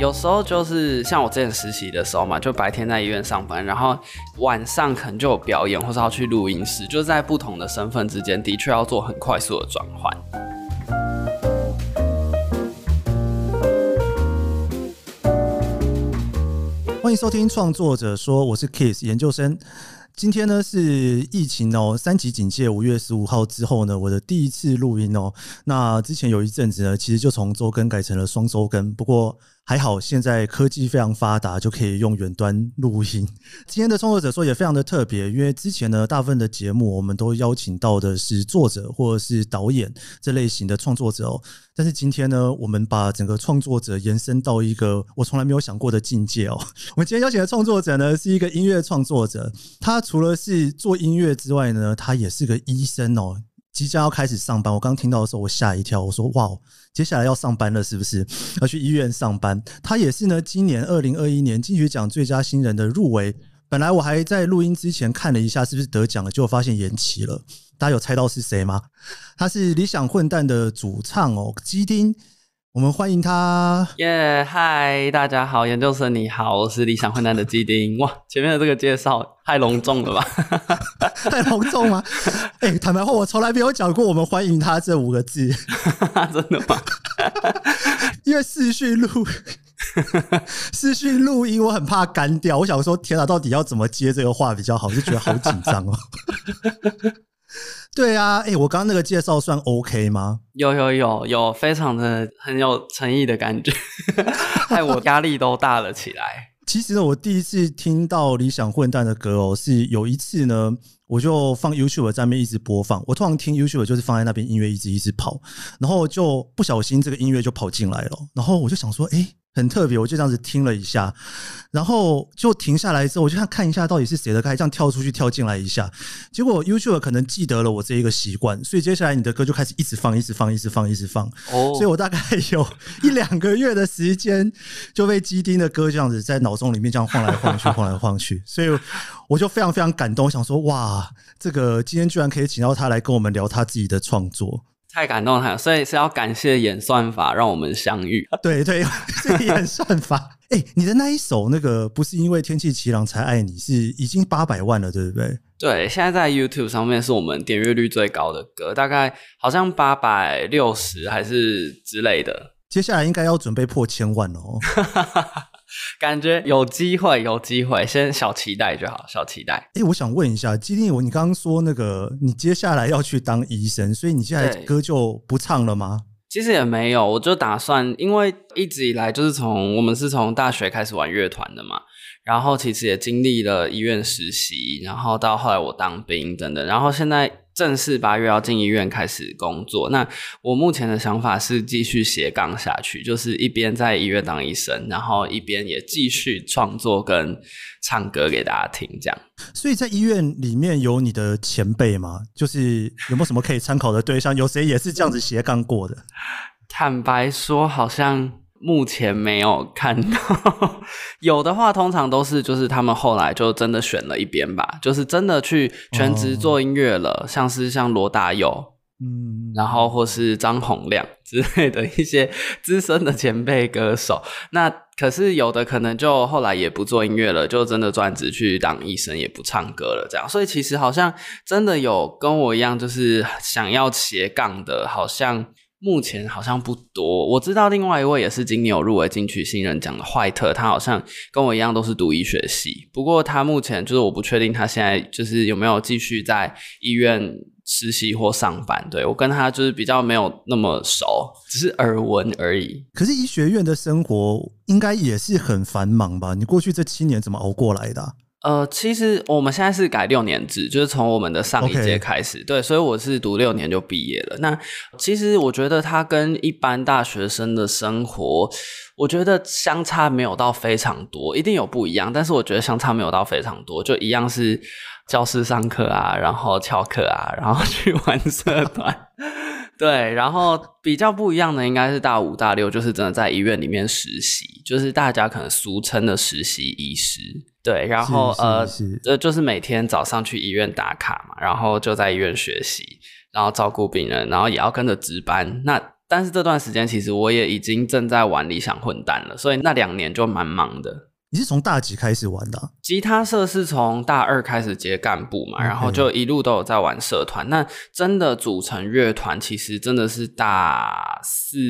有时候就是像我之前实习的时候嘛，就白天在医院上班，然后晚上可能就有表演，或是要去录音室，就在不同的身份之间，的确要做很快速的转换。 欢迎收听创作者说，我是 Kiss 研究生。今天呢是疫情3级警戒5月15号之后呢，我的第一次录音哦。那之前有一阵子呢，其实就从周更改成了双周更，不过还好现在科技非常发达，就可以用远端录音。今天的创作者说也非常的特别，因为之前呢大部分的节目我们都邀请到的是作者或者是导演这类型的创作者哦。但是今天呢，我们把整个创作者延伸到一个我从来没有想过的境界哦。我们今天邀请的创作者呢，是一个音乐创作者，他除了是做音乐之外呢，他也是个医生哦，即将要开始上班。我刚听到的时候，我吓一跳，我说哇，接下来要上班了是不是？要去医院上班。他也是呢，今年2021年金曲奖最佳新人的入围。本来我还在录音之前看了一下是不是得奖了，结果发现延期了。大家有猜到是谁吗？他是理想混蛋的主唱哦，基丁。我们欢迎他。 嗨，大家好，研究生你好，我是理想混蛋的基丁。哇，前面的这个介绍太隆重了吧？ 太隆重吗？坦白话，我从来没有讲过我们欢迎他这5个字。 真的吗？ 因为视讯录音我很怕干掉，我想说天啊，到底要怎么接这个话比较好，就觉得好紧张哦。对啊，我刚刚那个介绍算 OK 吗？ 有，非常的很有诚意的感觉，害我压力都大了起来。 其实呢，我第一次听到理想混蛋的歌哦，是有一次呢，我就放 YouTube 在那边一直播放。我通常听 YouTube 就是放在那边音乐一直跑，然后就不小心这个音乐就跑进来了，然后我就想说，很特别，我就这样子听了一下，然后就停下来之后，我就看一下到底是谁的歌，这样跳出去跳进来一下，结果 YouTube 可能记得了我这一个习惯，所以接下来你的歌就开始一直放，所以我大概有1-2个月的时间就被基丁的歌这样子在脑中里面这样晃来晃去，所以我就非常非常感动，想说哇，这个今天居然可以请到他来跟我们聊他自己的创作。 太感动了，所以是要感谢演算法让我们相遇。 对，这演算法。你的那一首那个不是因为天气凄凉才爱你，是已经800万了，对不对？ 对，现在在 YouTube 上面是我们点阅率最高的歌，大概好像860还是之类的。 接下来应该要准备破1000万哦。 感觉有机会，先小期待就好，小期待。 我想问一下基丁，你刚刚说那个你接下来要去当医生，所以你现在歌就不唱了吗？ 其实也没有，我就打算，因为一直以来就是我们是从大学开始玩乐团的嘛，然后其实也经历了医院实习，然后到后来我当兵等等，然后现在正式8月要进医院开始工作。那我目前的想法是继续斜杠下去，就是一边在医院当医生，然后一边也继续创作跟唱歌给大家听这样。 所以在医院里面有你的前辈吗？就是有没有什么可以参考的对象？有谁也是这样子斜杠过的？ 坦白说好像目前没有看到，有的话通常都是就是他们后来就真的选了一边吧，就是真的去全职做音乐了，像罗大佑，然后或是张洪量之类的一些资深的前辈歌手。那可是有的可能就后来也不做音乐了，就真的专职去当医生，也不唱歌了这样。所以其实好像真的有跟我一样就是想要斜杠的，好像目前好像不多。我知道另外一位也是今年有入围金曲新人奖的坏特，他好像跟我一样都是读医学系，不过他目前就是我不确定他现在就是有没有继续在医院实习或上班。对，我跟他就是比较没有那么熟，只是耳闻而已。 可是医学院的生活应该也是很繁忙吧？你过去这7年怎么熬过来的啊？ 其实我们现在是改6年制，就是从我们的上一届开始，对，所以我是读6年就毕业了。那其实我觉得它跟一般大学生的生活，我觉得相差没有到非常多，一定有不一样，但是我觉得相差没有到非常多，就一样是教室上课啊，然后翘课啊，然后去玩社团。对，然后比较不一样的应该是大5大6，就是真的在医院里面实习，就是大家可能俗称的实习医师。对，然后就是每天早上去医院打卡嘛，然后就在医院学习，然后照顾病人，然后也要跟着值班。那但是这段时间其实我也已经正在玩理想混蛋了，所以那2年就蛮忙的。 你是从大几开始玩的吉他社是从大2开始接干部嘛，然后就一路都有在玩社团。那真的组成乐团，其实真的是大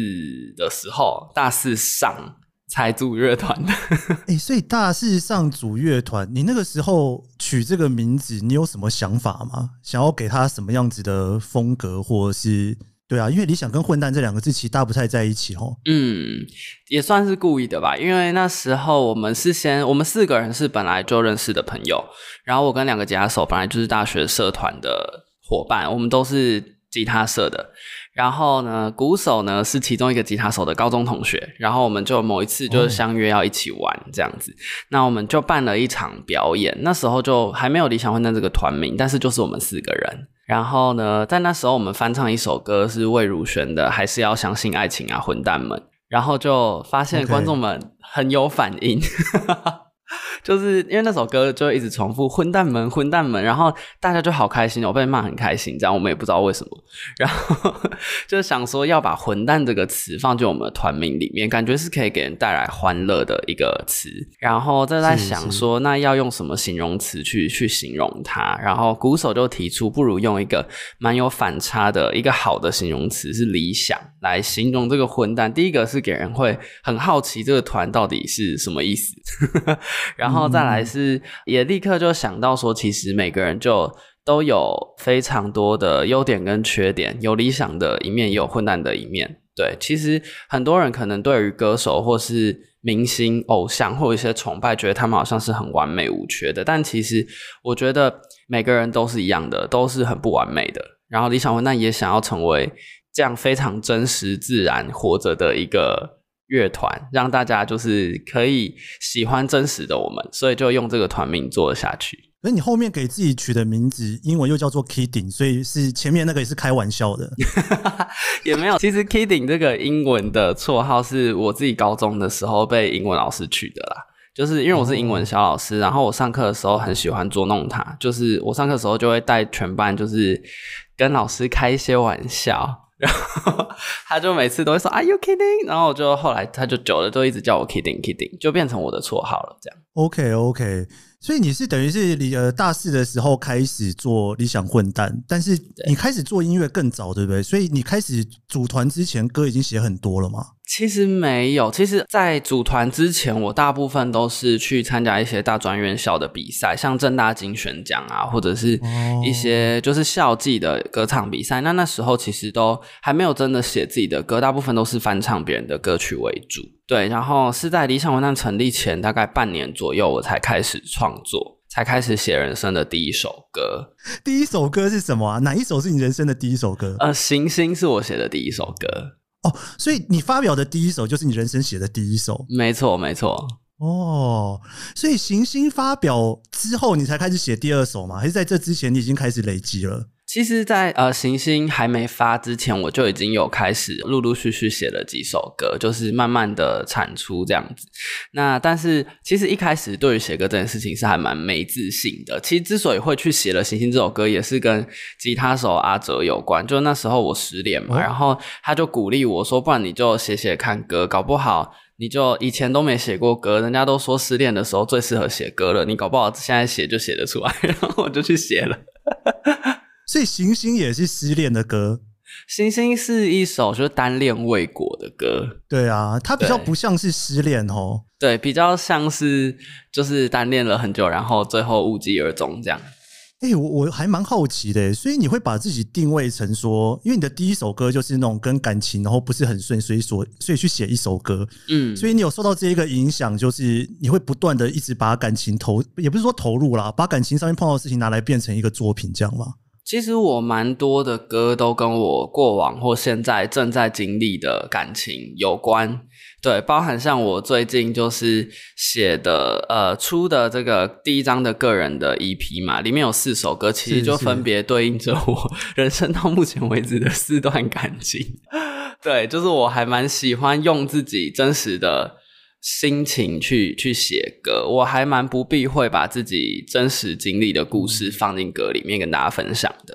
4的时候，大4上才组乐团的。 所以大4上组乐团，你那个时候取这个名字，你有什么想法吗？想要给他什么样子的风格，或者是？对啊，因为理想跟混蛋这2个字其实搭不太在一起哦。 也算是故意的吧，因为那时候我们4个人是本来就认识的朋友，然后我跟2个吉他手本来就是大学社团的伙伴，我们都是吉他社的。然后呢，鼓手呢是其中一个吉他手的高中同学，然后我们就某一次就是相约要一起玩这样子。那我们就办了一场表演，那时候就还没有理想混蛋这个团名，但是就是我们4个人。然后呢，在那时候我们翻唱一首歌是魏如萱的《还是要相信爱情啊混蛋们》，然后就发现观众们很有反应就是因为那首歌就一直重复混蛋们混蛋们，然后大家就好开心，我被骂很开心，这样我们也不知道为什么，然后就想说要把混蛋这个词放进我们的团名里面，感觉是可以给人带来欢乐的一个词，然后再在想说那要用什么形容词去形容它，然后鼓手就提出不如用一个蛮有反差的一个好的形容词是理想来形容这个混蛋。第一个是给人会很好奇这个团到底是什么意思然后再来是也立刻就想到说其实每个人就都有非常多的优点跟缺点，有理想的一面也有混蛋的一面。对，其实很多人可能对于歌手或是明星偶像或一些崇拜觉得他们好像是很完美无缺的，但其实我觉得每个人都是一样的，都是很不完美的，然后理想混蛋也想要成为这样非常真实自然活着的一个乐团，让大家就是可以喜欢真实的我们，所以就用这个团名做了下去。 可是你后面给自己取的名字英文又叫做 Kidding， 所以是前面那个也是开玩笑的也没有，其实 Kidding 这个英文的绰号是我自己高中的时候被英文老师取的啦，就是因为我是英文小老师，然后我上课的时候很喜欢捉弄他，就是我上课的时候就会带全班就是跟老师开一些玩笑，然后他就每次都会说 Are you kidding？ 然后我就后来他就久了都一直叫我 kidding， 就变成我的绰号了这样。 OK， 所以你是等于是大4的时候开始做理想混蛋，但是你开始做音乐更早对不对？所以你开始组团之前歌已经写很多了吗？ 其实没有，其实在组团之前我大部分都是去参加一些大专院校的比赛，像政大金选奖啊，或者是一些就是校际的歌唱比赛，那时候其实都还没有真的写自己的歌，大部分都是翻唱别人的歌曲为主。对，然后是在理想混蛋成立前大概半年左右我才开始创作，才开始写人生的第一首歌。 第一首歌是什么啊？哪一首是你人生的第一首歌？ 行星是我写的第一首歌。 所以你发表的第一首就是你人生写的第一首？ 没错没错。 所以行星发表之后你才开始写第2首吗？还是在这之前你已经开始累积了？ 其实在行星还没发之前我就已经有开始陆陆续续写了几首歌，就是慢慢的产出这样子。那但是其实一开始对于写歌这件事情是还蛮没自信的，其实之所以会去写了行星这首歌也是跟吉他手阿哲有关，就那时候我失恋嘛，然后他就鼓励我说不然你就写写看歌，搞不好你就以前都没写过歌，人家都说失恋的时候最适合写歌了，你搞不好现在写就写得出来，然后我就去写了所以行星也是失恋的歌？ 行星是一首就是单恋未果的歌。 对啊，它比较不像是失恋哦。 对，比较像是就是单恋了很久，然后最后无疾而终这样。 我还蛮好奇的，所以你会把自己定位成说，因为你的第一首歌就是那种跟感情然后不是很顺，所以去写一首歌，所以你有受到这一个影响，就是你会不断的一直把感情也不是说投入啦，把感情上面碰到的事情拿来变成一个作品这样吗？ 其实我蛮多的歌都跟我过往或现在正在经历的感情有关，对，包含像我最近就是写的出的这个第一张的个人的 EP 嘛，里面有4首歌，其实就分别对应着我人生到目前为止的4段感情。对，就是我还蛮喜欢用自己真实的心情去写歌，我还蛮不避讳把自己真实经历的故事放进歌里面跟大家分享的。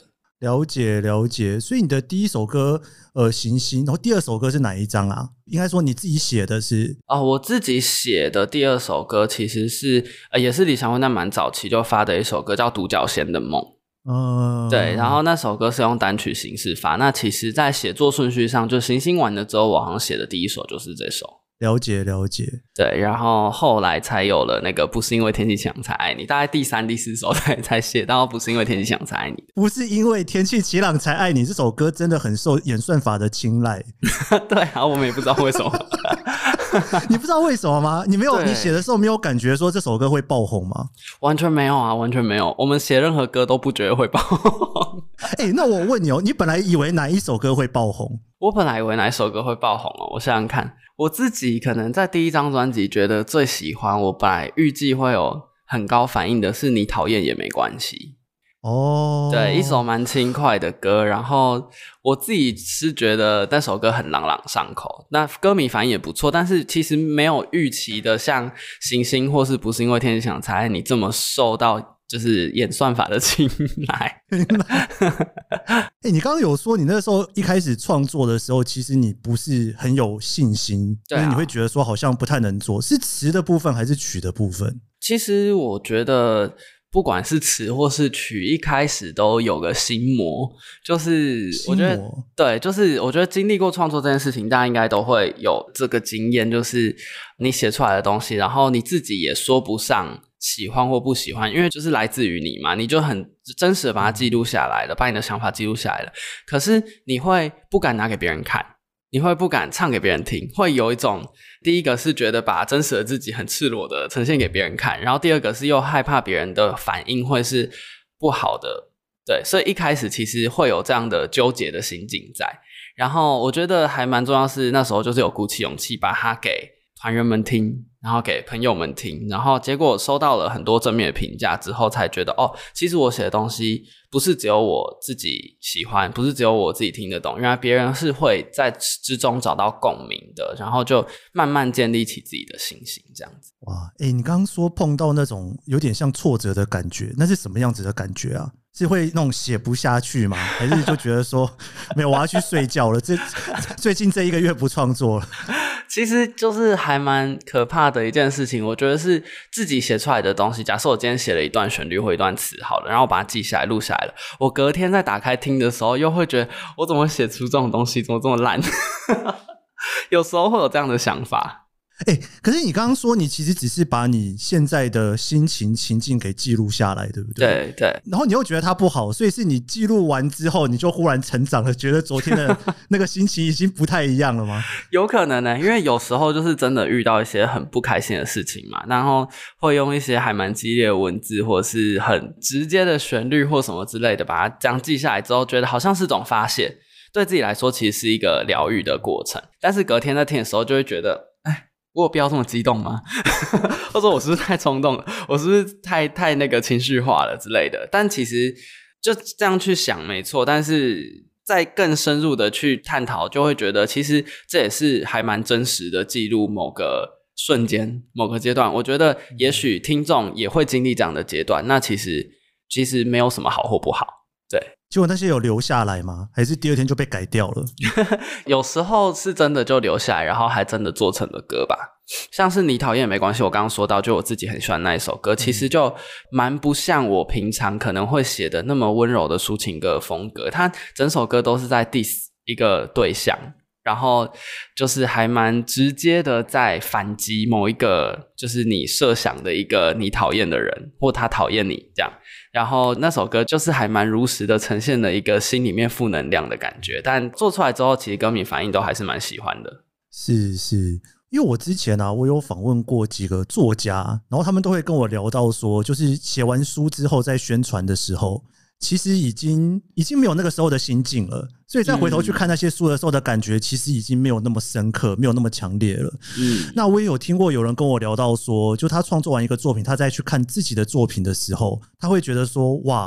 了解了解。所以你的第一首歌行星，然后第二首歌是哪一张啊？应该说你自己写的是我自己写的第二首歌其实是也是李祥文，但蛮早期就发的一首歌叫《独角仙的梦》。对，然后那首歌是用单曲形式发。那其实在写作顺序上，就行星完了之后，我好像写的第一首就是这首。 了解了解。 对，然后后来才有了那个不是因为天气晴朗才爱你，大概第3、第4首才写到不是因为天气晴朗才爱你。 不是因为天气晴朗才爱你这首歌真的很受演算法的青睐。 对啊，我们也不知道为什么。 你不知道为什么吗？你写的时候没有感觉说这首歌会爆红吗？ 完全没有啊，完全没有。我们写任何歌都不觉得会爆红。 那我问你你本来以为哪一首歌会爆红？ 我本来以为哪一首歌会爆红我想想看，我自己可能在第一张专辑觉得最喜欢，我本来预计会有很高反应的是你讨厌也没关系。对，一首蛮轻快的歌，然后我自己是觉得那首歌很朗朗上口，那歌迷反应也不错，但是其实没有预期的像行星或是不是因为天气晴朗才爱你这么受到就是演算法的青睐。 你刚刚有说你那时候一开始创作的时候其实你不是很有信心， 对啊， 你会觉得说好像不太能做，是词的部分还是曲的部分？ 其实我觉得不管是词或是曲，一开始都有个心魔，就是我觉得对，就是我觉得经历过创作这件事情，大家应该都会有这个经验，就是你写出来的东西，然后你自己也说不上喜欢或不喜欢，因为就是来自于你嘛，你就很真实的把它记录下来了，把你的想法记录下来了，可是你会不敢拿给别人看，你会不敢唱给别人听，会有一种第一个是觉得把真实的自己很赤裸的呈现给别人看，然后第二个是又害怕别人的反应会是不好的。对，所以一开始其实会有这样的纠结的心境在，然后我觉得还蛮重要是那时候就是有鼓起勇气把它给团员们听，然后给朋友们听，然后结果收到了很多正面的评价之后才觉得其实我写的东西不是只有我自己喜欢，不是只有我自己听得懂，原来别人是会在之中找到共鸣的，然后就慢慢建立起自己的信心这样子。 哇，你刚刚说碰到那种有点像挫折的感觉，那是什么样子的感觉啊？是会那种写不下去吗？还是就觉得说没有我要去睡觉了，最近这1个月不创作了？ 其实就是还蛮可怕的一件事情，我觉得是自己写出来的东西，假设我今天写了一段旋律或一段词好了，然后我把它记下来录下来了，我隔天再打开听的时候又会觉得我怎么写出这种东西，怎么这么烂。有时候会有这样的想法。 可是你刚刚说你其实只是把你现在的心情情境给记录下来，对不对？ 对对。 然后你又觉得它不好，所以是你记录完之后你就忽然成长了，觉得昨天的那个心情已经不太一样了吗？ 有可能因为有时候就是真的遇到一些很不开心的事情嘛，然后会用一些还蛮激烈的文字或是很直接的旋律或什么之类的把它这样记下来之后，觉得好像是种发泄，对自己来说其实是一个疗愈的过程，但是隔天在听的时候就会觉得我有必要这么激动吗？或者我是不是太冲动了？我是不是太那个情绪化了之类的？但其实就这样去想没错，但是再更深入的去探讨，就会觉得其实这也是还蛮真实的记录某个瞬间某个阶段。我觉得也许听众也会经历这样的阶段，那其实没有什么好或不好。对， 结果那些有留下来吗？还是第2天就被改掉了？ 有时候是真的就留下来，然后还真的做成了歌吧。像是你讨厌也没关系，我刚刚说到就我自己很喜欢那一首歌，其实就蛮不像我平常可能会写的那么温柔的抒情歌风格，它整首歌都是在 diss 一个对象，然后就是还蛮直接的在反击某一个就是你设想的一个你讨厌的人，或他讨厌你这样。然后那首歌就是还蛮如实的呈现了一个心里面负能量的感觉，但做出来之后其实歌迷反应都还是蛮喜欢的。 是因为我之前我有访问过几个作家，然后他们都会跟我聊到说，就是写完书之后在宣传的时候其实已经没有那个时候的心境了，所以再回头去看那些书的时候的感觉其实已经没有那么深刻，没有那么强烈了。那我也有听过有人跟我聊到说，就他创作完一个作品，他再去看自己的作品的时候，他会觉得说哇，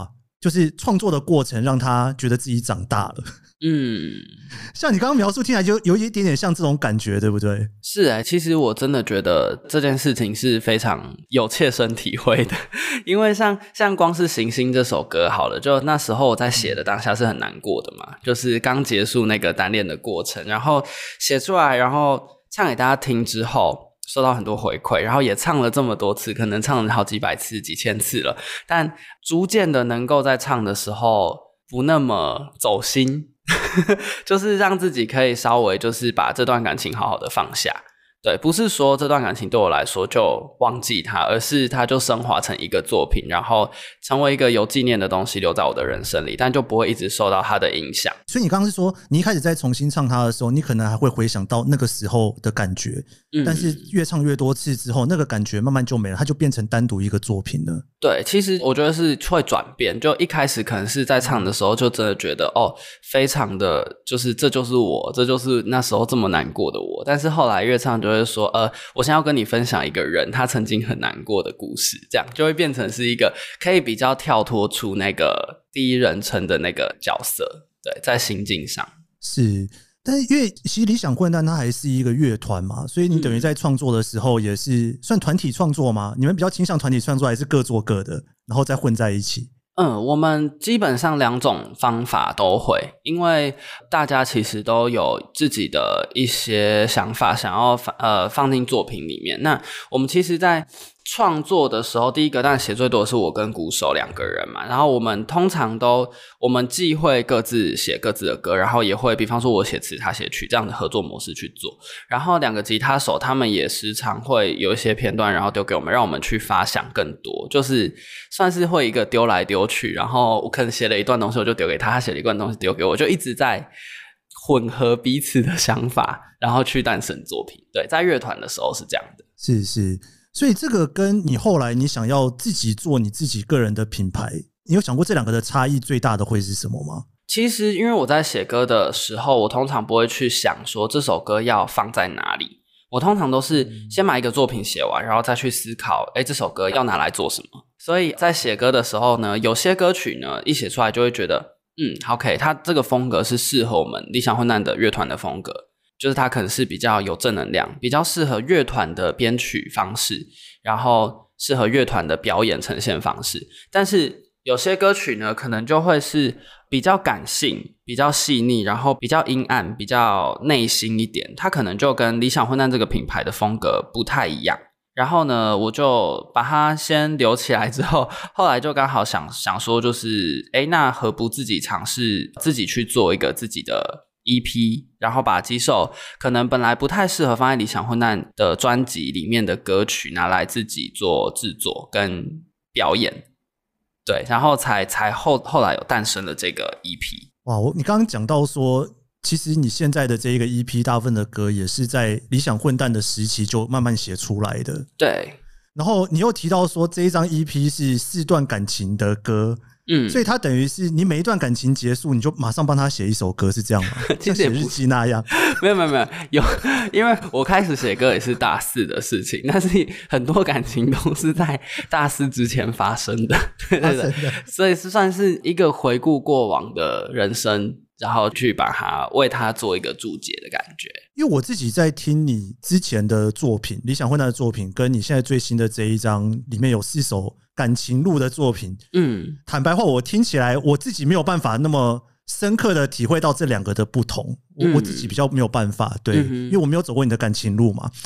就是创作的过程让他觉得自己长大了。像你刚刚描述听起来就有一点点像这种感觉，对不对？ 是其实我真的觉得这件事情是非常有切身体会的，因为像光是行星这首歌好了，就那时候我在写的当下是很难过的嘛，就是刚结束那个单恋的过程，然后写出来，然后唱给大家听之后收到很多回馈，然后也唱了这么多次，可能唱了好几百次几千次了，但逐渐的能够在唱的时候不那么走心就是让自己可以稍微就是把这段感情好好的放下。对，不是说这段感情对我来说就忘记它，而是它就升华成一个作品，然后成为一个有纪念的东西留在我的人生里，但就不会一直受到它的影响。 所以你刚刚是说你一开始在重新唱它的时候，你可能还会回想到那个时候的感觉，但是越唱越多次之后，那个感觉慢慢就没了，它就变成单独一个作品了。 对，其实我觉得是会转变，就一开始可能是在唱的时候就真的觉得非常的就是这就是我，这就是那时候这么难过的我，但是后来越唱就会说我现在要跟你分享一个人他曾经很难过的故事，这样就会变成是一个可以比较跳脱出那个第一人称的那个角色。对，在心境上是，但是因为其实理想混蛋它还是一个乐团嘛，所以你等于在创作的时候也是算团体创作吗？你们比较倾向团体创作还是各做各的然后再混在一起？ 我们基本上两种方法都会，因为大家其实都有自己的一些想法想要放进作品里面。那我们其实在创作的时候，第一个当然写最多的是我跟鼓手两个人嘛，然后我们通常我们既会各自写各自的歌，然后也会比方说我写词他写曲这样的合作模式去做，然后两个吉他手他们也时常会有一些片段然后丢给我们，让我们去发想更多，就是算是会一个丢来丢去，然后我可能写了一段东西我就丢给他，他写了一段东西丢给我，就一直在混合彼此的想法然后去诞生作品。对，在乐团的时候是这样的。 是，所以这个跟你后来你想要自己做你自己个人的品牌，你有想过这两个的差异最大的会是什么吗？ 其实因为我在写歌的时候，我通常不会去想说这首歌要放在哪里，我通常都是先把一个作品写完，然后再去思考这首歌要拿来做什么。所以在写歌的时候呢，有些歌曲呢一写出来就会觉得OK， 它这个风格是适合我们理想混蛋的乐团的风格，就是它可能是比较有正能量，比较适合乐团的编曲方式，然后适合乐团的表演呈现方式。但是有些歌曲呢可能就会是比较感性，比较细腻，然后比较阴暗，比较内心一点，它可能就跟理想混蛋这个品牌的风格不太一样。然后呢我就把它先留起来之后，后来就刚好想说就是那何不自己尝试自己去做一个自己的EP， 然后把几首可能本来不太适合放在理想混蛋的专辑里面的歌曲拿来自己做制作跟表演。对，然后才后来有诞生了这个 EP。 哇，你刚刚讲到说其实你现在的这个 EP 大部分的歌也是在理想混蛋的时期就慢慢写出来的。 对， 然后你又提到说这一张 EP 是4段感情的歌，所以它等于是你每一段感情结束你就马上帮他写一首歌，是这样吗？像写日记那样？没有，因为我开始写歌也是大4的事情，但是很多感情都是在大4之前发生的。对，所以是算是一个回顾过往的人生，然后去把它为它做一个注解的感觉。 因为我自己在听你之前的作品，理想混蛋的作品，跟你现在最新的这一张里面有4首感情路的作品，坦白话我听起来我自己没有办法那么深刻的体会到这两个的不同，我自己比较没有办法，对，因为我没有走过你的感情路嘛。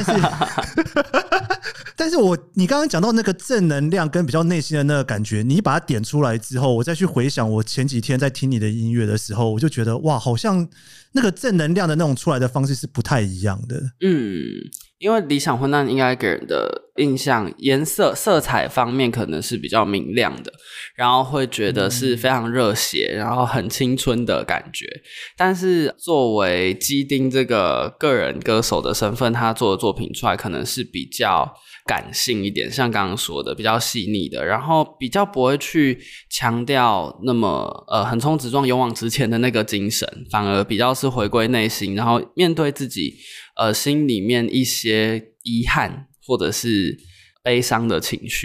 但是你刚刚讲到那个正能量跟比较内心的那个感觉，你把它点出来之后，我再去回想我前几天在听你的音乐的时候，我就觉得哇，好像那个正能量的那种出来的方式是不太一样的。 因为理想混蛋应该给人的印象颜色色彩方面可能是比较明亮的，然后会觉得是非常热血，然后很青春的感觉。但是作为基丁这个个人歌手的身份，他做的作品出来可能是比较感性一点，像刚刚说的比较细腻的，然后比较不会去强调那么横冲直撞勇往直前的那个精神，反而比较是回归内心，然后面对自己心里面一些遗憾或者是悲伤的情绪。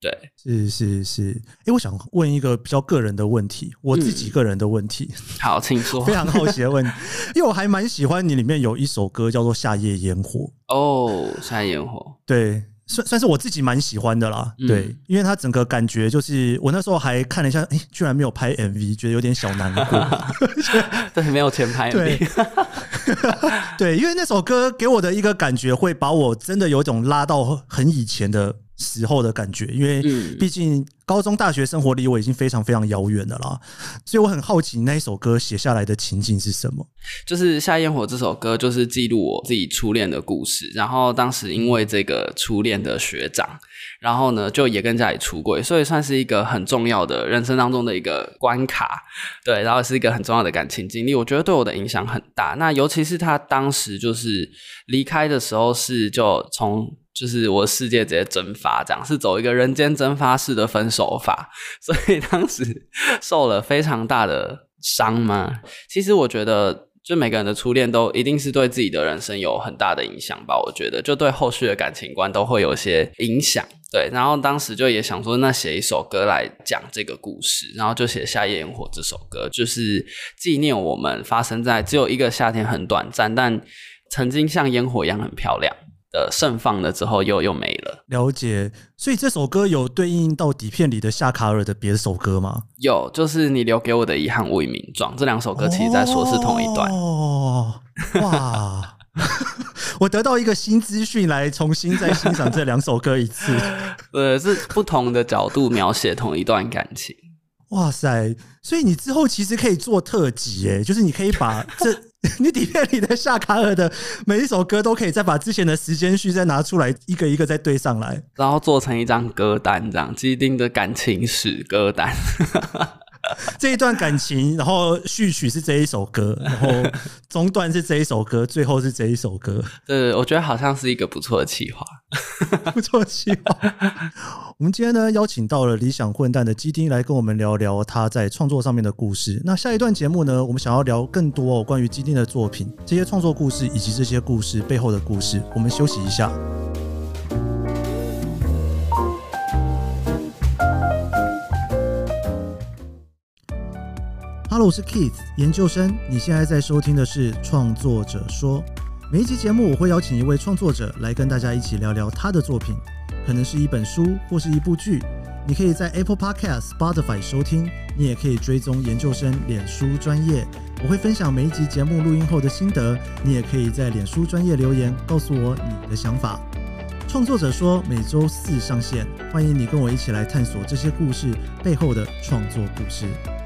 对， 是。我想问一个比较个人的问题，我自己个人的问题。 好，请说。 非常好奇的问题，因为我还蛮喜欢你里面有一首歌叫做《夏夜烟火》。 哦，夏夜烟火， 对。算是我自己蛮喜欢的啦，对，因为它整个感觉就是我那时候还看了一下，居然没有拍 MV， 觉得有点小难过。 对，没有钱拍 MV。 对，因为那首歌给我的一个感觉，会把我真的有一种拉到很以前的时候的感觉，因为毕竟高中大学生活离我已经非常非常遥远了啦，所以我很好奇那一首歌写下来的情景是什么。 就是《夏烟火》这首歌就是记录我自己初恋的故事，然后当时因为这个初恋的学长，然后呢就也跟家里出柜，所以算是一个很重要的人生当中的一个关卡，对，然后是一个很重要的感情经历，我觉得对我的影响很大。那尤其是他当时就是离开的时候，是就从就是我的世界直接蒸发，这样是走一个人间蒸发式的分手法，所以当时受了非常大的伤嘛。其实我觉得就每个人的初恋都一定是对自己的人生有很大的影响吧，我觉得就对后续的感情观都会有些影响。对，然后当时就也想说那写一首歌来讲这个故事，然后就写《夏夜烟火》这首歌，就是纪念我们发生在只有一个夏天很短暂，但曾经像烟火一样很漂亮的盛放了之后又没了。 了解，所以这首歌有对应到底片里的夏卡尔的别的首歌吗？ 有，就是你留给我的遗憾无以名状，这两首歌其实在说是同一段。 哦，哇！我得到一个新资讯，来重新再欣赏这两首歌一次。 是不同的角度描写同一段感情。 哇塞！所以你之后其实可以做特辑耶，就是你可以把你底片里的夏卡尔的每一首歌都可以再把之前的时间序再拿出来，一个一个再对上来， 然后做成一张歌单，这样既定的感情史歌单。 这一段感情，然后序曲是这一首歌，然后中段是这一首歌，最后是这一首歌。 对，我觉得好像是一个不错的企划。 不错的企划。我们今天呢邀请到了理想混蛋的基丁来跟我们聊聊他在创作上面的故事。那下一段节目呢，我们想要聊更多关于基丁的作品，这些创作故事以及这些故事背后的故事。我们休息一下。Hello， 我是 Keith 研究生。你现在在收听的是创作者说。每一集节目我会邀请一位创作者来跟大家一起聊聊他的作品，可能是一本书或是一部剧。你可以在 Apple Podcast、Spotify 收听，你也可以追踪研究生脸书专页，我会分享每一集节目录音后的心得。你也可以在脸书专页留言告诉我你的想法。创作者说每周四上线，欢迎你跟我一起来探索这些故事背后的创作故事。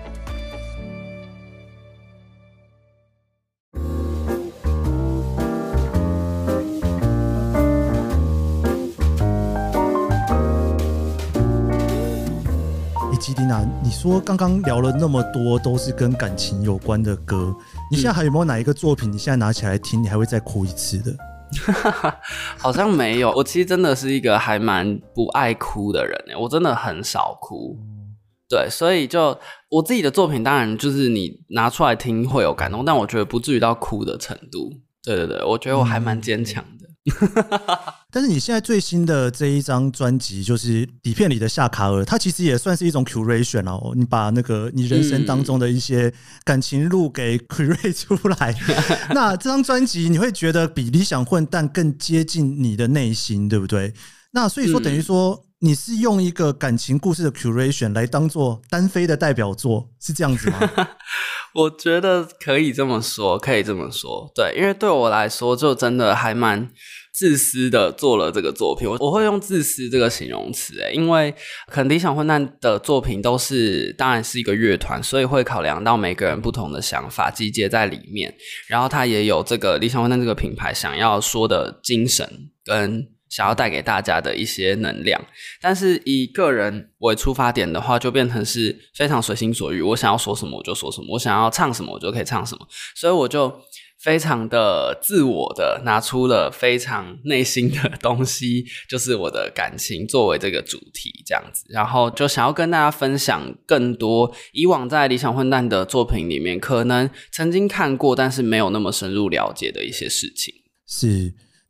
基丁啊，你说刚刚聊了那么多都是跟感情有关的歌，你现在还有没有哪一个作品你现在拿起来听你还会再哭一次的？ 好像没有，我其实真的是一个还蛮不爱哭的人，我真的很少哭。对，所以就我自己的作品当然就是你拿出来听会有感动，但我觉得不至于到哭的程度。对对对，我觉得我还蛮坚强的。 但是你现在最新的这一张专辑就是底片里的夏卡尔，它其实也算是一种 curation 哦，你把那个你人生当中的一些感情路给 curate 出来。那这张专辑你会觉得比理想混蛋更接近你的内心，对不对？那所以说等于说你是用一个感情故事的 curation 来当做单飞的代表作，是这样子吗？ 我觉得可以这么说，可以这么说。对，因为对我来说就真的还蛮自私的做了这个作品，我会用自私这个形容词，因为可能理想混蛋的作品都是当然是一个乐团，所以会考量到每个人不同的想法集结在里面，然后它也有这个理想混蛋这个品牌想要说的精神跟想要带给大家的一些能量。但是以个人为出发点的话，就变成是非常随心所欲，我想要说什么我就说什么，我想要唱什么我就可以唱什么，所以我就非常的自我的拿出了非常内心的东西，就是我的感情作为这个主题这样子，然后就想要跟大家分享更多以往在理想混蛋的作品里面可能曾经看过但是没有那么深入了解的一些事情。 是，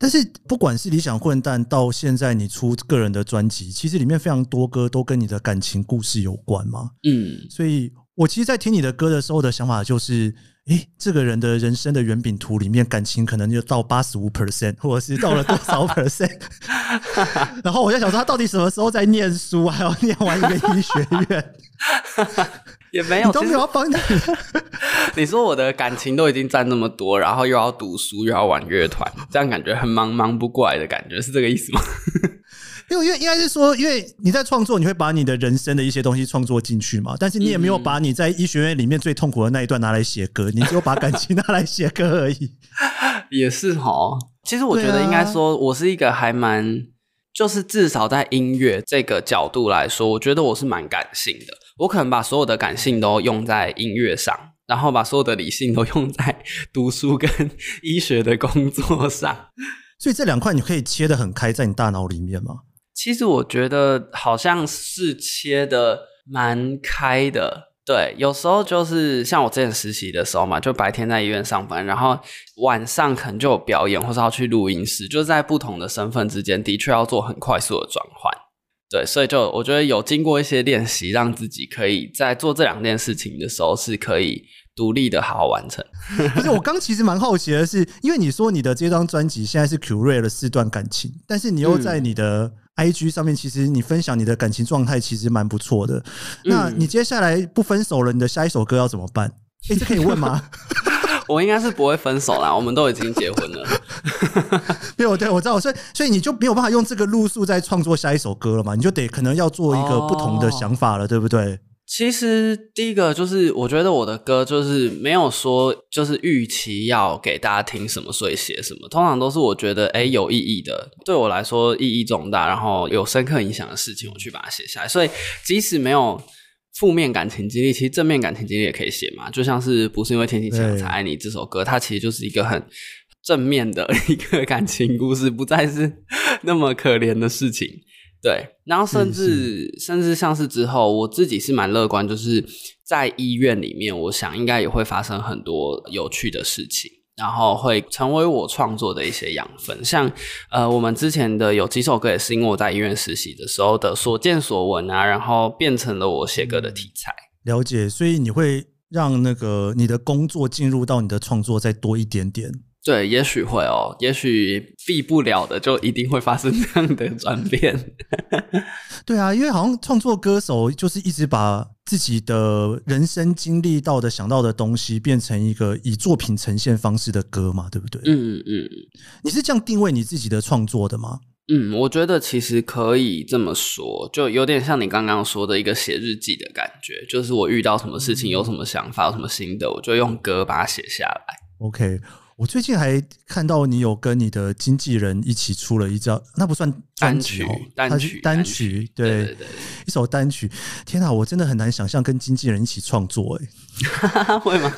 但是不管是理想混蛋到现在你出个人的专辑，其实里面非常多歌都跟你的感情故事有关嘛。所以我其实在听你的歌的时候的想法就是这个人的人生的圆饼图里面感情可能就到 85% 或者是到了多少%然后我就想说他到底什么时候在念书，还要念完一个医学院也没有， 你都没有要帮你你说我的感情都已经占那么多，然后又要读书又要玩乐团，这样感觉很忙不过来的感觉，是这个意思吗？ 因为应该是说，因为你在创作，你会把你的人生的一些东西创作进去嘛，但是你也没有把你在医学院里面最痛苦的那一段拿来写歌，你只有把感情拿来写歌而已。 也是齁，其实我觉得应该说，我是一个还蛮，就是至少在音乐这个角度来说，我觉得我是蛮感性的。我可能把所有的感性都用在音乐上，然后把所有的理性都用在读书跟医学的工作上。 所以这两块你可以切得很开，在你大脑里面吗？ 其实我觉得好像是切得蛮开的。对，有时候就是像我之前实习的时候嘛，就白天在医院上班，然后晚上可能就有表演或是要去录音室，就在不同的身份之间的确要做很快速的转换。对，所以就我觉得有经过一些练习，让自己可以在做这两件事情的时候是可以独立的好好完成。 不是，我刚其实蛮好奇的是，因为你说你的这张专辑现在是 curate 了4段感情，但是你又在你的IG 上面，其实你分享你的感情状态其实蛮不错的。那你接下来不分手了，你的下一首歌要怎么办？这可以问吗？ 我应该是不会分手啦，我们都已经结婚了。 没有，对，我知道，所以你就没有办法用这个路数再创作下一首歌了嘛？你就得可能要做一个不同的想法了，对不对？ 其实第一个就是我觉得我的歌就是没有说就是预期要给大家听什么所以写什么，通常都是我觉得有意义的，对我来说意义重大，然后有深刻影响的事情我去把它写下来。所以即使没有负面感情经历，其实正面感情经历也可以写嘛，就像是不是因为天气晴朗才爱你这首歌，它其实就是一个很正面的一个感情故事，不再是那么可怜的事情。对，然后甚至像是之后我自己是蛮乐观，就是在医院里面我想应该也会发生很多有趣的事情，然后会成为我创作的一些养分。像我们之前的有几首歌也是因为我在医院实习的时候的所见所闻啊，然后变成了我写歌的题材。 了解，所以你会让那个你的工作进入到你的创作再多一点点。 对，也许会哦，也许避不了的就一定会发生这样的转变。 对啊，因为好像创作歌手就是一直把自己的人生经历到的想到的东西变成一个以作品呈现方式的歌嘛，对不对？你是这样定位你自己的创作的吗？ 我觉得其实可以这么说，就有点像你刚刚说的一个写日记的感觉，就是我遇到什么事情有什么想法有什么心得，我就用歌把它写下来。 OK， 我最近还看到你有跟你的经纪人一起出了一张，那不算专辑单曲，对，一首单曲。天哪，我真的很难想象跟经纪人一起创作会吗？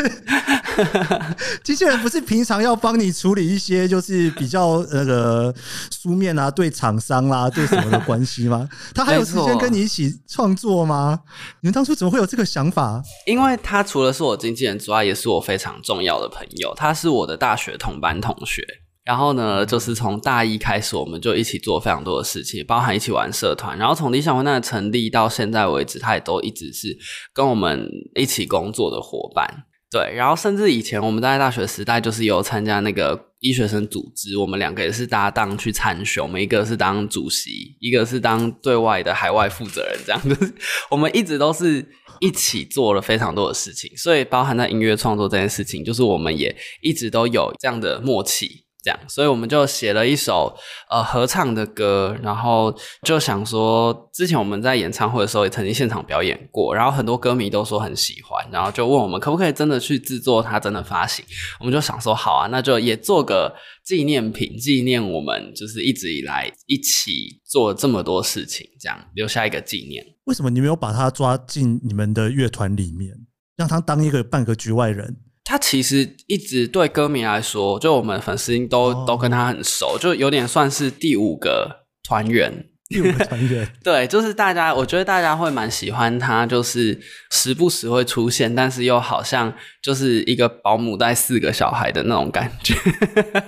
经纪人不是平常要帮你处理一些就是比较那个书面啊，对厂商啦、对什么的关系吗？他还有时间跟你一起创作吗？你们当初怎么会有这个想法？ 因为他除了是我经纪人之外，也是我非常重要的朋友，他是我的大学同班同学。然后呢，就是从大一开始，我们就一起做非常多的事情，包含一起玩社团。然后从理想混蛋的成立到现在为止，他也都一直是跟我们一起工作的伙伴。对，然后甚至以前我们在大学时代就是有参加那个医学生组织，我们两个也是搭档去参选，我们一个是当主席，一个是当对外的海外负责人，这样就是我们一直都是一起做了非常多的事情，所以包含在音乐创作这件事情，就是我们也一直都有这样的默契。这样，所以我们就写了一首合唱的歌，然后就想说，之前我们在演唱会的时候也曾经现场表演过，然后很多歌迷都说很喜欢，然后就问我们可不可以真的去制作它，真的发行。我们就想说好啊，那就也做个纪念品，纪念我们就是一直以来一起做了这么多事情，这样留下一个纪念。 为什么你没有把它抓进你们的乐团里面，让他当一个半个局外人？ 他其实一直对歌迷来说，就我们粉丝都跟他很熟，就有点算是第5个团员。 第5个团员对，就是我觉得大家会蛮喜欢他，就是时不时会出现，但是又好像就是一个保姆带4个小孩的那种感觉。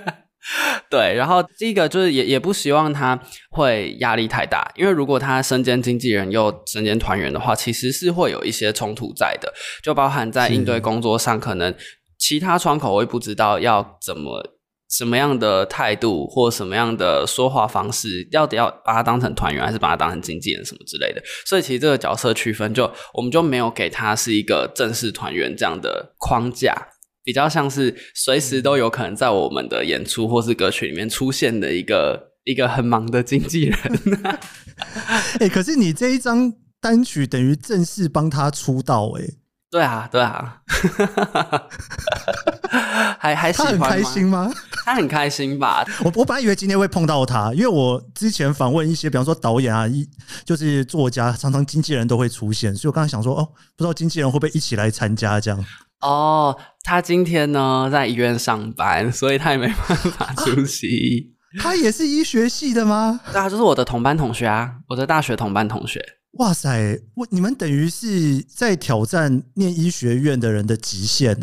对，然后第一个就是也不希望他会压力太大，因为如果他身兼经纪人又身兼团员的话，其实是会有一些冲突在的，就包含在应对工作上，可能其他窗口会不知道要什么样的态度或什么样的说话方式，到底要把他当成团员还是把他当成经纪人什么之类的，所以其实这个角色区分我们就没有给他是一个正式团员这样的框架，比较像是随时都有可能在我们的演出或是歌曲里面出现的一个很忙的经纪人。 可是你这一张单曲等于正式帮他出道对啊还喜欢吗？ 他很开心吗？ 他很开心吧。 我本来以为今天会碰到他，因为我之前访问一些比方说导演啊，就是作家，常常经纪人都会出现，所以我刚才想说不知道经纪人会不会一起来参加这样。 他今天呢在医院上班，所以他也没办法出席。 他也是医学系的吗？ 对啊，就是我的同班同学啊，我的大学同班同学。 哇塞，你们等于是在挑战念医学院的人的极限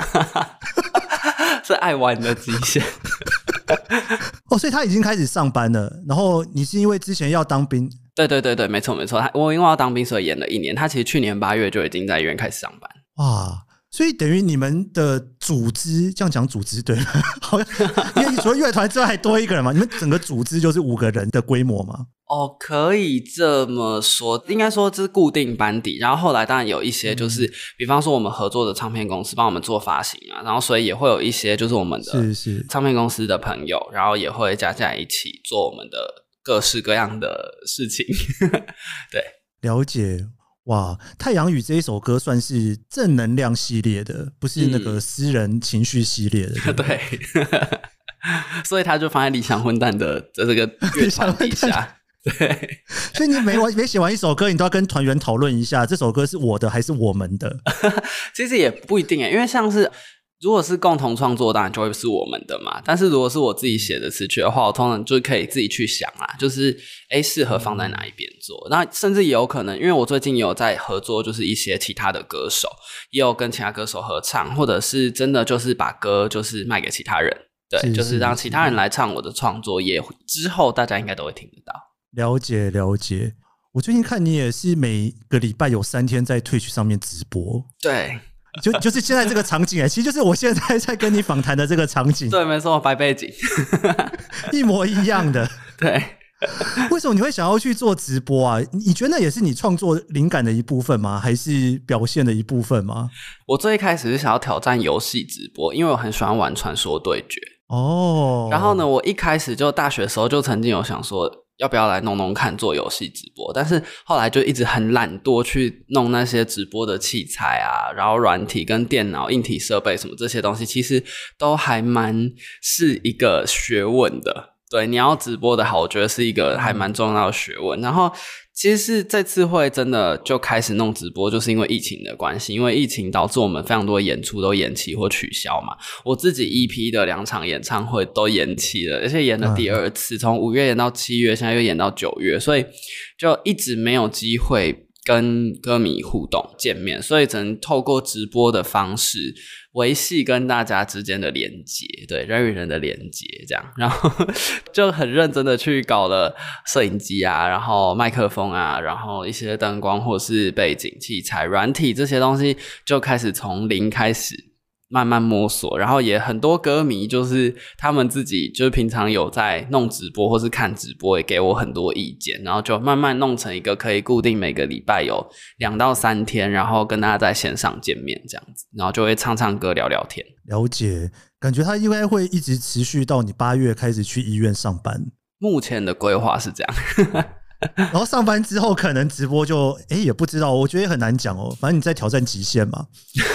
是爱玩的极限。 所以他已经开始上班了，然后你是因为之前要当兵？ 对，没错，我因为要当兵所以演了1年，他其实去年8月就已经在医院开始上班。 哇，所以等于你们的组织，这样讲组织对吗？好像因为除了乐团之外还多一个人嘛，你们整个组织就是5个人的规模吗？ 可以这么说，应该说这是固定班底，然后后来当然有一些就是比方说我们合作的唱片公司帮我们做发行啊，然后所以也会有一些就是我们的唱片公司的朋友，然后也会加进来一起做我们的各式各样的事情。对， 了解。哇，太阳雨这一首歌算是正能量系列的，不是那个私人情绪系列的。 对，所以他就放在理想混蛋的这个乐团底下。对， 所以你每写完一首歌，你都要跟团员讨论一下，这首歌是我的还是我们的？ 其实也不一定因为像是如果是共同创作，当然就会是我们的嘛。但是如果是我自己写的词曲的话，我通常就可以自己去想啦，就是适合放在哪一边做。那甚至也有可能，因为我最近也有在合作，就是一些其他的歌手，也有跟其他歌手合唱，或者是真的就是把歌就是卖给其他人，对，就是让其他人来唱我的创作，也之后大家应该都会听得到。了解。我最近看你也是每个礼拜有3天在 Twitch 上面直播。 对， 就是现在这个场景其实就是我现在在跟你访谈的这个场景。 对，没错，白背景一模一样的。 对， 为什么你会想要去做直播啊？你觉得那也是你创作灵感的一部分吗？还是表现的一部分吗？ 我最一开始是想要挑战游戏直播，因为我很喜欢玩传说对决。然后呢，我一开始就大学的时候就曾经有想说要不要来弄看做游戏直播，但是后来就一直很懒惰去弄那些直播的器材啊，然后软体跟电脑硬体设备什么这些东西，其实都还蛮是一个学问的。对，你要直播的好，我觉得是一个还蛮重要的学问。然后其实是这次会真的就开始弄直播，就是因为疫情的关系，因为疫情导致我们非常多演出都延期或取消嘛。我自己 EP 的2场演唱会都延期了，而且演了第2次，从5月演到7月，现在又演到9月，所以就一直没有机会跟歌迷互动见面，所以只能透过直播的方式维系跟大家之间的连结，对，人与人的连结这样，然后就很认真的去搞了摄影机啊，然后麦克风啊，然后一些灯光或是背景器材软体这些东西，就开始从零开始慢慢摸索，然后也很多歌迷就是他们自己就是平常有在弄直播或是看直播，也给我很多意见，然后就慢慢弄成一个可以固定每个礼拜有2到3天，然后跟大家在线上见面这样子，然后就会唱歌聊聊天。 了解，感觉他应该会一直持续到你8月开始去医院上班。 目前的规划是这样。 然后上班之后可能直播就也不知道，我觉得也很难讲反正你在挑战极限嘛。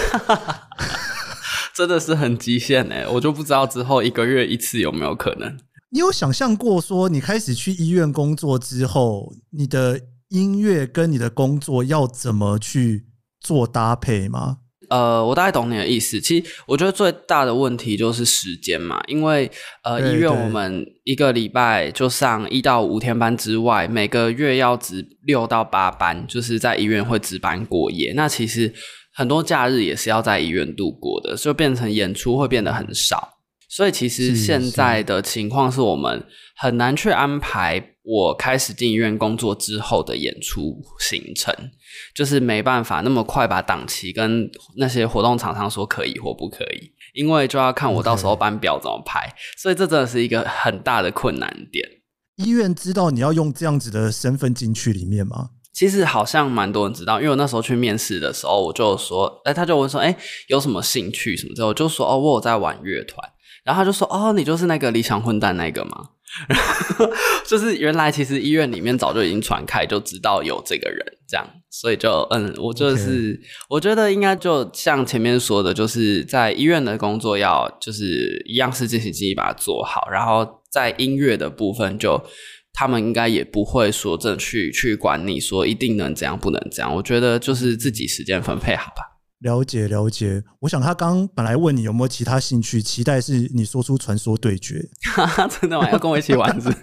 真的是很极限我就不知道之后1个月1次有没有可能。 你有想象过说你开始去医院工作之后，你的音乐跟你的工作要怎么去做搭配吗？ 我大概懂你的意思。其实我觉得最大的问题就是时间嘛，因为医院我们1个礼拜就上1到5天班之外，每个月要值6到8班，就是在医院会值班过夜。那其实很多假日也是要在医院度过的，就变成演出会变得很少。 所以其实现在的情况是我们很难去安排我开始进医院工作之后的演出行程，就是没办法那么快把档期跟那些活动厂商说可以或不可以，因为就要看我到时候班表怎么排，所以这真的是一个很大的困难点。 医院知道你要用这样子的身份进去里面吗？ 其实好像蛮多人知道，因为我那时候去面试的时候，我就说，他就问说，有什么兴趣什么之类，我就说，我有在玩乐团，然后他就说，你就是那个理想混蛋那个吗？就是原来其实医院里面早就已经传开，就知道有这个人这样，所以就我就是我觉得应该就像前面说的，就是在医院的工作要就是一样是尽心尽力把它做好，然后在音乐的部分就他们应该也不会说真的去管你说一定能怎样不能这样，我觉得就是自己时间分配好吧。 了解了解，我想他刚本来问你有没有其他兴趣，期待是你说出传说对决。 真的吗？要跟我一起玩是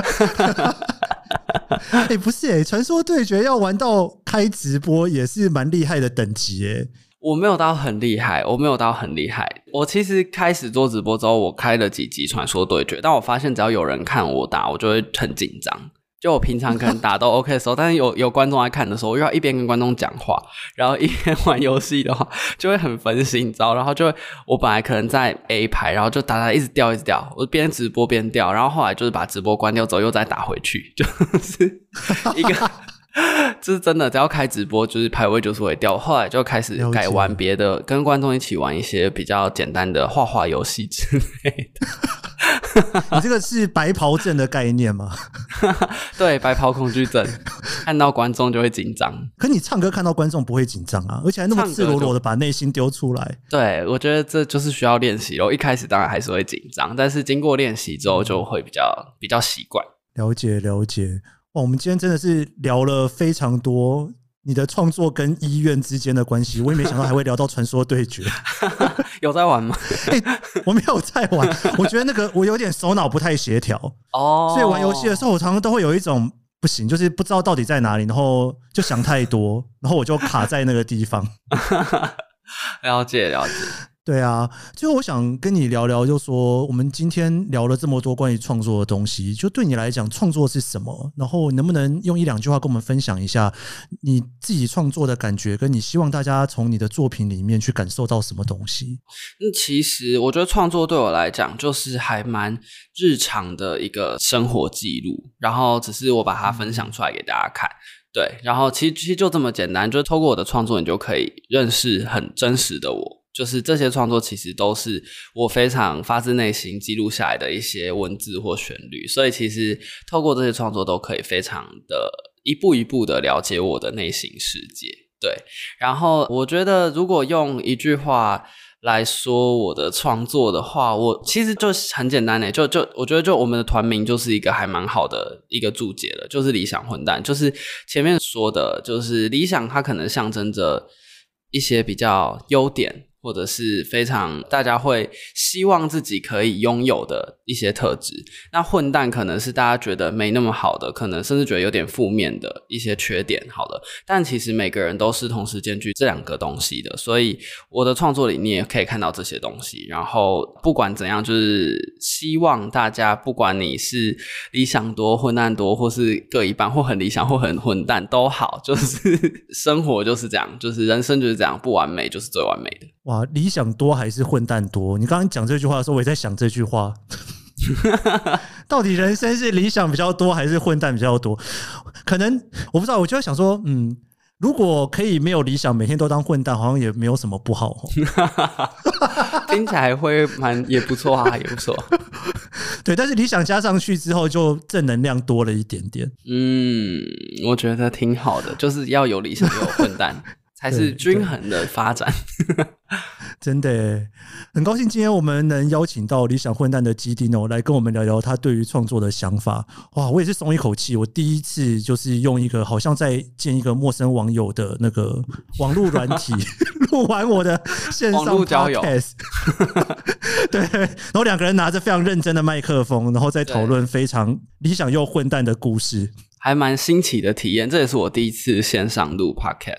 不是传说对决要玩到开直播也是蛮厉害的等级我没有到很厉害，我其实开始做直播之后，我开了几集传说对决，但我发现只要有人看我打，我就会很紧张。就我平常可能打都 OK 的时候，但是有观众在看的时候，我又要一边跟观众讲话，然后一边玩游戏的话，就会很分心，你知道？然后就会我本来可能在 A 排，然后就打一直掉，我边直播边掉，然后后来就是把直播关掉之后又再打回去，就是一个就是真的只要开直播就是排位就是会掉，后来就开始改玩别的，跟观众一起玩一些比较简单的画画游戏之类的。 你这个是白袍症的概念吗？ 对，白袍恐惧症，看到观众就会紧张。 可你唱歌看到观众不会紧张啊，而且还那么赤裸裸的把内心丢出来。 对，我觉得这就是需要练习咯。一开始当然还是会紧张，但是经过练习之后就会比较习惯。 了解了解。哇，我们今天真的是聊了非常多你的创作跟医院之间的关系，我也没想到还会聊到传说对决。 有在玩吗？ 我没有在玩，我觉得那个我有点手脑不太协调所以玩游戏的时候我常常都会有一种不行，就是不知道到底在哪里，然后就想太多，然后我就卡在那个地方。 了解了解。 对啊，最后我想跟你聊聊，就说我们今天聊了这么多关于创作的东西，就对你来讲创作是什么？然后能不能用1-2句话跟我们分享一下你自己创作的感觉，跟你希望大家从你的作品里面去感受到什么东西？ 其实我觉得创作对我来讲就是还蛮日常的一个生活记录，然后只是我把它分享出来给大家看。对，然后其实就这么简单，就是透过我的创作你就可以认识很真实的我，就是这些创作其实都是我非常发自内心记录下来的一些文字或旋律，所以其实透过这些创作都可以非常的一步一步的了解我的内心世界。对，然后我觉得如果用一句话来说我的创作的话，我其实就很简单就我觉得就我们的团名就是一个还蛮好的一个注解了，就是理想混蛋，就是前面说的就是理想它可能象征着一些比较优点，或者是非常大家会希望自己可以拥有的一些特质，那混蛋可能是大家觉得没那么好的，可能甚至觉得有点负面的一些缺点好了，但其实每个人都是同时兼具这两个东西的，所以我的创作里你也可以看到这些东西，然后不管怎样就是希望大家不管你是理想多混蛋多，或是各一半，或很理想或很混蛋都好，就是生活就是这样，就是人生就是这样，不完美就是最完美的。 哇，理想多还是混蛋多？你刚刚讲这句话的时候我也在想这句话到底人生是理想比较多还是混蛋比较多？可能我不知道，我就想说如果可以没有理想每天都当混蛋好像也没有什么不好听起来会也不错啊，也不错对，但是理想加上去之后就正能量多了一点点。 我觉得挺好的，就是要有理想又有混蛋才是均衡的发展真的耶，很高兴今天我们能邀请到理想混蛋的基丁来跟我们聊聊他对于创作的想法。哇，我也是松一口气，我第一次就是用一个好像在见一个陌生网友的那个网络软体录完我的线上 podcast 对，然后2个人拿着非常认真的麦克风，然后再讨论非常理想又混蛋的故事， 还蛮新奇的体验，这也是我第一次线上录 podcast。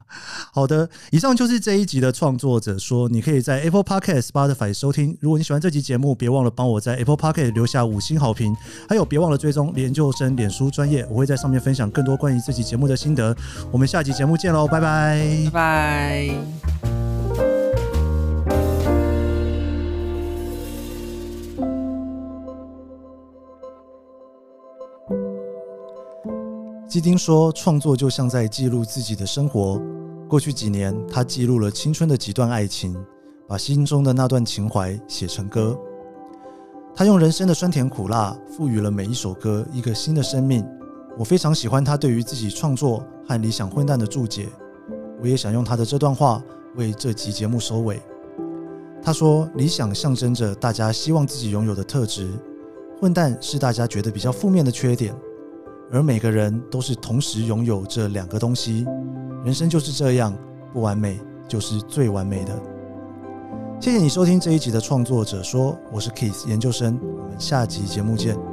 好的，以上就是这一集的创作者说，你可以在 Apple Podcast、Spotify 收听。如果你喜欢这集节目，别忘了帮我在 Apple Podcast 留下5星好评，还有别忘了追踪研究生脸书专页，我会在上面分享更多关于这集节目的心得。我们下集节目见喽，拜拜， 拜拜。 基丁说，创作就像在记录自己的生活。过去几年，他记录了青春的几段爱情，把心中的那段情怀写成歌。他用人生的酸甜苦辣，赋予了每一首歌一个新的生命。我非常喜欢他对于自己创作和理想混蛋的注解。我也想用他的这段话为这集节目收尾。他说，理想象征着大家希望自己拥有的特质，混蛋是大家觉得比较负面的缺点。而每个人都是同时拥有这2个东西，人生就是这样，不完美就是最完美的。谢谢你收听这一集的创作者说，我是 Keith 研究生，我们下集节目见。